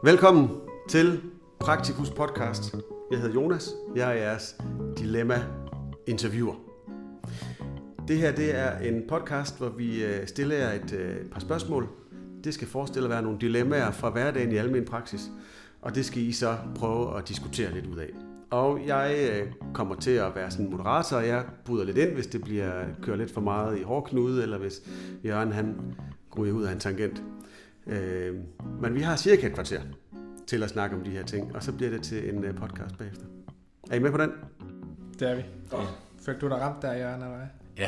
Velkommen til Praktikus podcast. Jeg hedder Jonas. Jeg er jeres dilemma-interviewer. Det her det er en podcast, hvor vi stiller jer et par spørgsmål. Det skal forestille at være nogle dilemmaer fra hverdagen i almen praksis. Og det skal I så prøve at diskutere lidt ud af. Og jeg kommer til at være sådan en moderator, og jeg bryder lidt ind, hvis det kører lidt for meget i hårdknude, eller hvis Jørgen han går ud af en tangent. Men vi har cirka et kvarter til at snakke om de her ting, og så bliver det til en podcast bagefter. Er I med på den? Det er vi. Følte du dig ramt der, Jørgen, eller hvad? Ja.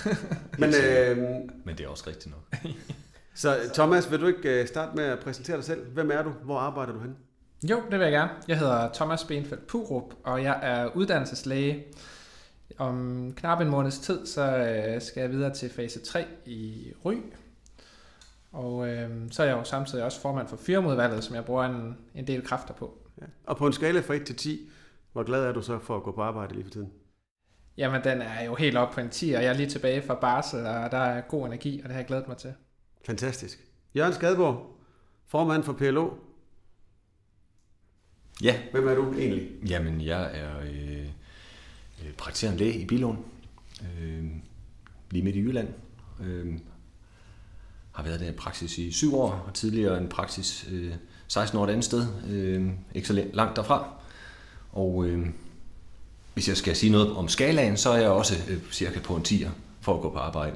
Men det er også rigtigt nok. Så Thomas, vil du ikke starte med at præsentere dig selv? Hvem er du? Hvor arbejder du henne? Jo, det vil jeg gerne. Jeg hedder Thomas Benfeldt Purup, og jeg er uddannelseslæge. Om knap en måneds tid, så skal jeg videre til fase 3 i Ry. Og så er jeg jo samtidig også formand for firmaudvalget, som jeg bruger en del kræfter på. Ja. Og på en skala fra 1 til 10, hvor glad er du så for at gå på arbejde lige for tiden? Jamen, den er jo helt op på en 10, og jeg er lige tilbage fra barsel, og der er god energi, og det har jeg glædet mig til. Fantastisk. Jørgen Skadeborg, formand for PLO. Ja. Hvem er du egentlig? Jamen, jeg er praktiserende læge i Billund, lige midt i Jylland. Har været der i praksis i 7 år, og tidligere en praksis 16 år et andet sted, ikke så langt derfra. Og hvis jeg skal sige noget om skalaen, så er jeg også cirka på en 10'er for at gå på arbejde.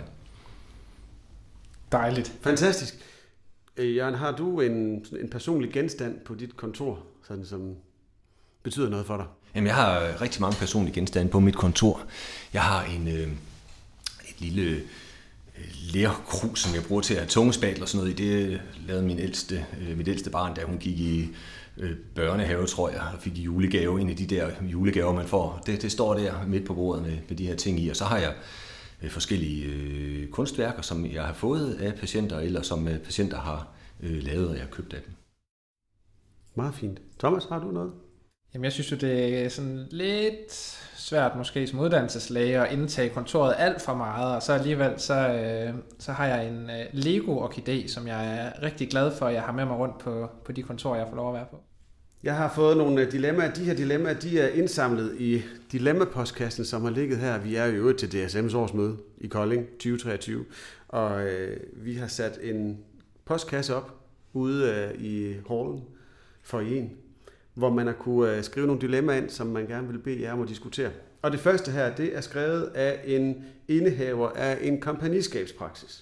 Dejligt. Fantastisk. Jørgen, har du en personlig genstand på dit kontor, sådan som betyder noget for dig? Jamen, jeg har rigtig mange personlige genstande på mit kontor. Jeg har et lille lerkrus, som jeg bruger til at have tungespatler og sådan noget i. Det lavede mit ældste barn, da hun gik i børnehave, tror jeg, og fik julegave. En af de der julegaver, man får. Det står der midt på bordet med de her ting i. Og så har jeg forskellige kunstværker, som jeg har fået af patienter, eller som patienter har lavet, og jeg har købt af dem. Meget fint. Thomas, har du noget? Jamen, jeg synes jo, det er sådan lidt svært måske som uddannelseslæge at indtage kontoret alt for meget, og så alligevel så har jeg en Lego-orkidé, som jeg er rigtig glad for, at jeg har med mig rundt på de kontorer, jeg får lov at være på. Jeg har fået nogle dilemmaer. De her dilemmaer, de er indsamlet i Dilemma-postkassen, som har ligget her. Vi er jo øvrigt til DSM's årsmøde i Kolding 2023, og vi har sat en postkasse op ude i hallen for en, hvor man har kunne skrive nogle dilemmaer ind, som man gerne vil bede jer om at diskutere. Og det første her, det er skrevet af en indehaver af en kompagniskabspraksis.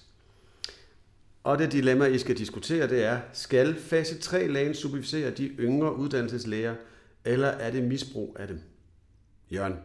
Og det dilemma, I skal diskutere, det er, skal fase 3-lægen supervisere de yngre uddannelseslæger, eller er det misbrug af dem? Jørgen?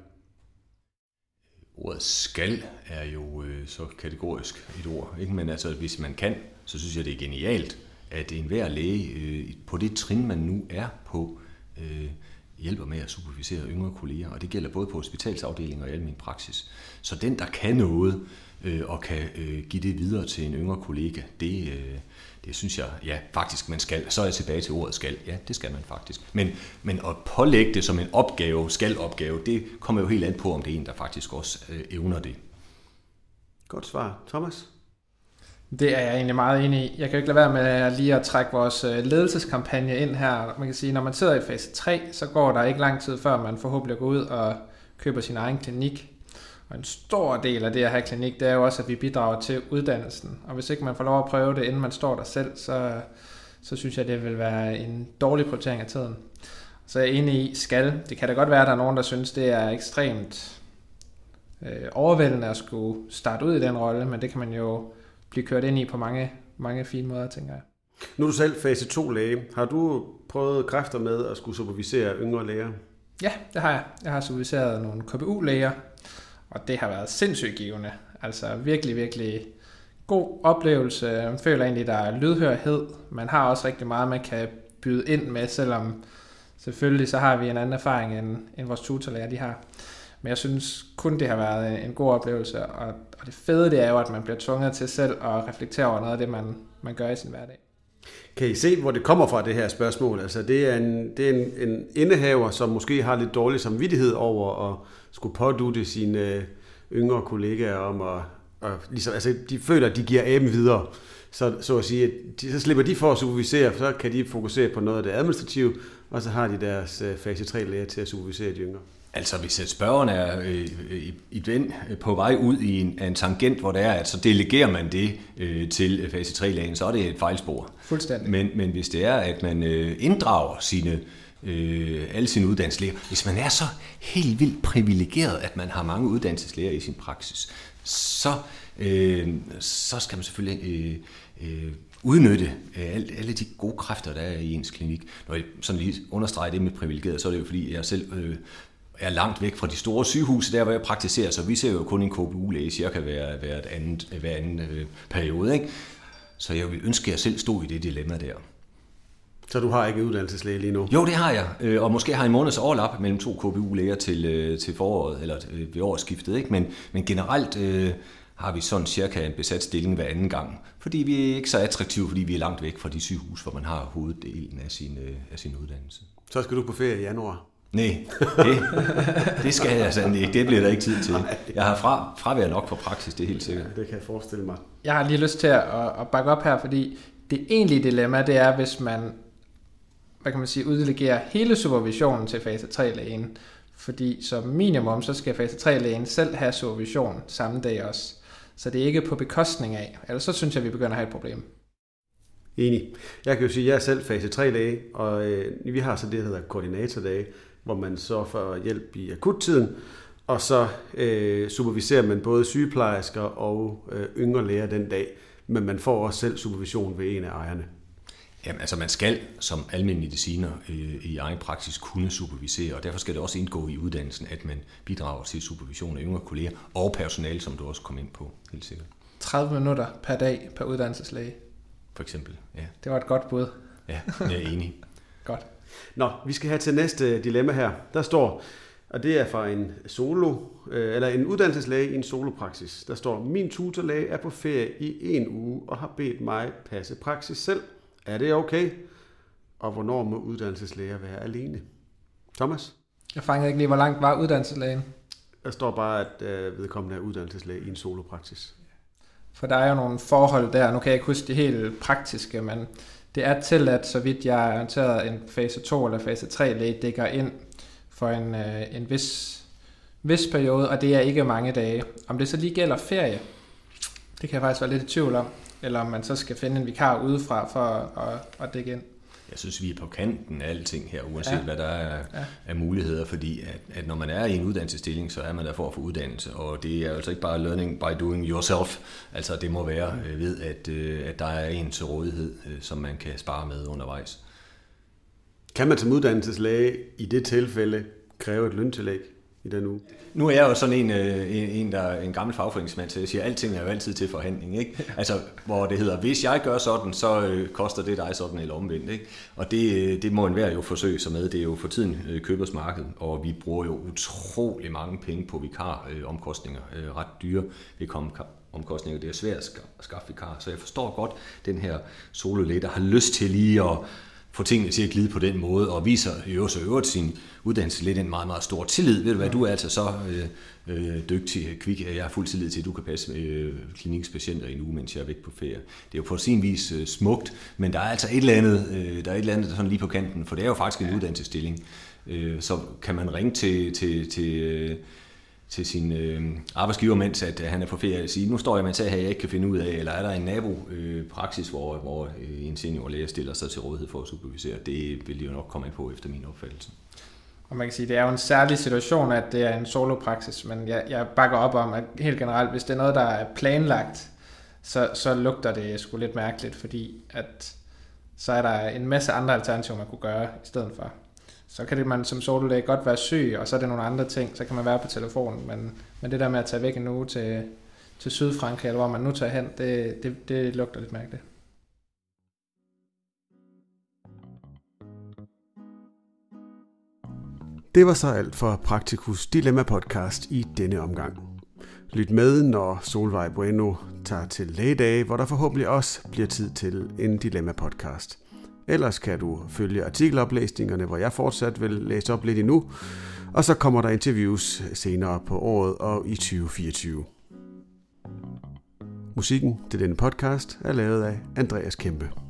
Ordet skal er jo så kategorisk et ord, ikke? Men altså, hvis man kan, så synes jeg, det er genialt, at enhver læge på det trin, man nu er på, hjælper med at supervisere yngre kolleger, og det gælder både på hospitalsafdelinger og i almen praksis. Så den, der kan noget og kan give det videre til en yngre kollega, det synes jeg, ja, faktisk man skal. Så er jeg tilbage til ordet skal. Ja, det skal man faktisk. Men at pålægge det som en opgave, skal-opgave, det kommer jo helt an på, om det er en, der faktisk også evner det. Godt svar. Thomas? Det er jeg egentlig meget enig i. Jeg kan jo ikke lade være med lige at trække vores ledelseskampagne ind her. Man kan sige, når man sidder i fase 3, så går der ikke lang tid før, man forhåbentlig går ud og køber sin egen klinik. Og en stor del af det at have klinik, det er jo også, at vi bidrager til uddannelsen. Og hvis ikke man får lov at prøve det, inden man står der selv, så synes jeg, det vil være en dårlig prioritering af tiden. Så jeg er enig i, skal. Det kan da godt være, at der er nogen, der synes, det er ekstremt overvældende at skulle starte ud i den rolle, men det kan man jo blive kørt ind i på mange, mange fine måder, tænker jeg. Nu er du selv fase 2-læge. Har du prøvet kræfter med at skulle supervisere yngre læger? Ja, det har jeg. Jeg har superviseret nogle KBU-læger, og det har været sindssygt givende. Altså virkelig, virkelig god oplevelse. Jeg føler egentlig, der er lydhørhed. Man har også rigtig meget, man kan byde ind med, selvom selvfølgelig så har vi en anden erfaring, end vores tutorlæger de har. Men jeg synes kun, det har været en god oplevelse, og det fede det er jo, at man bliver tvunget til selv at reflektere over noget af det, man gør i sin hverdag. Kan I se, hvor det kommer fra, det her spørgsmål? Altså, det er en indehaver, som måske har lidt dårlig samvittighed over at skulle pådutte sine yngre kollegaer om at ligesom, altså, de føler, at de giver aben videre. Så at sige, så slipper de for at supervisere, så kan de fokusere på noget af det administrative, og så har de deres fase 3-læger til at supervisere de yngre. Altså hvis spørgeren er på vej ud i en tangent, hvor det er, at så delegerer man det til fase 3-lægen, så er det et fejlspor. Fuldstændig. Men hvis det er, at man inddrager alle sine uddannelseslæger, hvis man er så helt vildt privilegeret, at man har mange uddannelseslæger i sin praksis, så skal man selvfølgelig udnytte alle de gode kræfter, der er i ens klinik. Når jeg sådan lige understreger det med privilegeret, så er det jo fordi, jeg selv er langt væk fra de store sygehuse, der hvor jeg praktiserer, så vi ser jo kun en KBU-læge cirka hver anden periode. Ikke? Så jeg vil ønske, at jeg selv stod i det dilemma der. Så du har ikke uddannelseslæge lige nu? Jo, det har jeg, og måske har jeg en måneds overlap mellem 2 KBU-læger til foråret, eller ved årsskiftet, ikke? Men generelt har vi sådan cirka en besat stilling hver anden gang, fordi vi er ikke så attraktive, fordi vi er langt væk fra de sygehus, hvor man har hoveddelen af sin uddannelse. Så skal du på ferie i januar? Nej, det skal jeg altså ikke. Det bliver der ikke tid til. Jeg har fravær nok for praksis, det er helt sikkert. Det kan jeg forestille mig. Jeg har lige lyst til at bakke op her, fordi det egentlige dilemma, det er, hvis man, uddelegerer hele supervisionen til fase 3-lægen. Fordi som minimum, så skal fase 3-lægen selv have supervision samme dag også. Så det er ikke på bekostning af. Ellers så synes jeg, vi begynder at have et problem. Enig. Jeg kan jo sige, at jeg er selv fase 3-læge, og vi har så det, der hedder koordinatordage, hvor man så får hjælp i akuttiden, og så superviserer man både sygeplejersker og yngre læger den dag, men man får også selv supervision ved en af ejerne. Jamen, altså man skal som almen mediciner i egen praksis kunne supervisere, og derfor skal det også indgå i uddannelsen, at man bidrager til supervision af yngre kolleger og personale, som du også kom ind på, helt sikkert. 30 minutter per dag per uddannelseslæge. For eksempel, ja. Det var et godt bud. Ja, jeg er enig. Godt. Nå, vi skal have til næste dilemma her. Der står, og det er fra en uddannelseslæge i en solopraksis. Der står, min tutorlæge er på ferie i 1 uge og har bedt mig passe praksis selv. Er det okay? Og hvornår må uddannelseslæger være alene? Thomas? Jeg fangede ikke lige, hvor langt var uddannelseslægen? Der står bare, at vedkommende er uddannelseslæge i en solopraksis. For der er jo nogle forhold der. Nu kan jeg ikke huske det helt praktiske, men det er tilladt, så vidt jeg er orienteret, en fase 2 eller fase 3-læge dækker ind for en vis periode, og det er ikke mange dage. Om det så lige gælder ferie, det kan jeg faktisk være lidt i tvivl om, eller om man så skal finde en vikar udefra for at dække ind. Jeg synes, vi er på kanten af alting her, uanset hvad der er af muligheder, fordi at når man er i en uddannelsesstilling, så er man der for at få uddannelse, og det er altså ikke bare learning by doing yourself, altså det må være ved, at der er en til rådighed, som man kan spare med undervejs. Kan man som uddannelseslæge i det tilfælde kræve et løntillæg i den uge? Nu er jeg jo sådan en gammel fagforeningsmand, så jeg siger, at alting er jo altid til forhandling, ikke? Altså, hvor det hedder, hvis jeg gør sådan, så koster det dig sådan eller omvendt, ikke? Og det må enhver jo forsøge sig med. Det er jo for tiden købers marked, og vi bruger jo utrolig mange penge på vikaromkostninger, ret dyre vikaromkostninger. Det er svært at skaffe vikar, så jeg forstår godt den her sololæge, der har lyst til lige at få tingene til at glide på den måde, og viser øvrigt sin uddannelse lidt en meget, meget stor tillid. Ved du hvad, du er altså så dygtig, kvik, jeg har fuld tillid til, at du kan passe klinikkens patienter i en uge, mens jeg er væk på ferie. Det er jo på sin vis smukt, men der er altså et eller andet, der sådan lige på kanten, for det er jo faktisk en uddannelsesstilling. Så kan man ringe til sin arbejdsgiver, mens at han er på ferie, og sige, nu står jeg med en sag her, jeg ikke kan finde ud af, eller er der en nabopraksis, hvor en seniorlæge stiller sig til rådighed for at supervisere. Det vil de jo nok komme ind på efter min opfattelse. Og man kan sige, det er jo en særlig situation, at det er en solopraksis, men jeg bakker op om, at helt generelt, hvis det er noget, der er planlagt, så lugter det sgu lidt mærkeligt, fordi at så er der en masse andre alternativer, man kunne gøre i stedet for. Så kan man som sololæge godt være syg, og så er det nogle andre ting, så kan man være på telefonen, men det der med at tage væk en uge til Sydfrankrig, eller hvor man nu tager hen, det lugter lidt mærkeligt. Det var så alt for Practicus Dilemma podcast i denne omgang. Lyt med, når Solvej Bueno tager til lægedage, hvor der forhåbentlig også bliver tid til en Dilemma podcast. Ellers kan du følge artikeloplæsningerne, hvor jeg fortsat vil læse op lidt endnu, og så kommer der interviews senere på året og i 2024. Musikken til denne podcast er lavet af Andreas Kæmpe.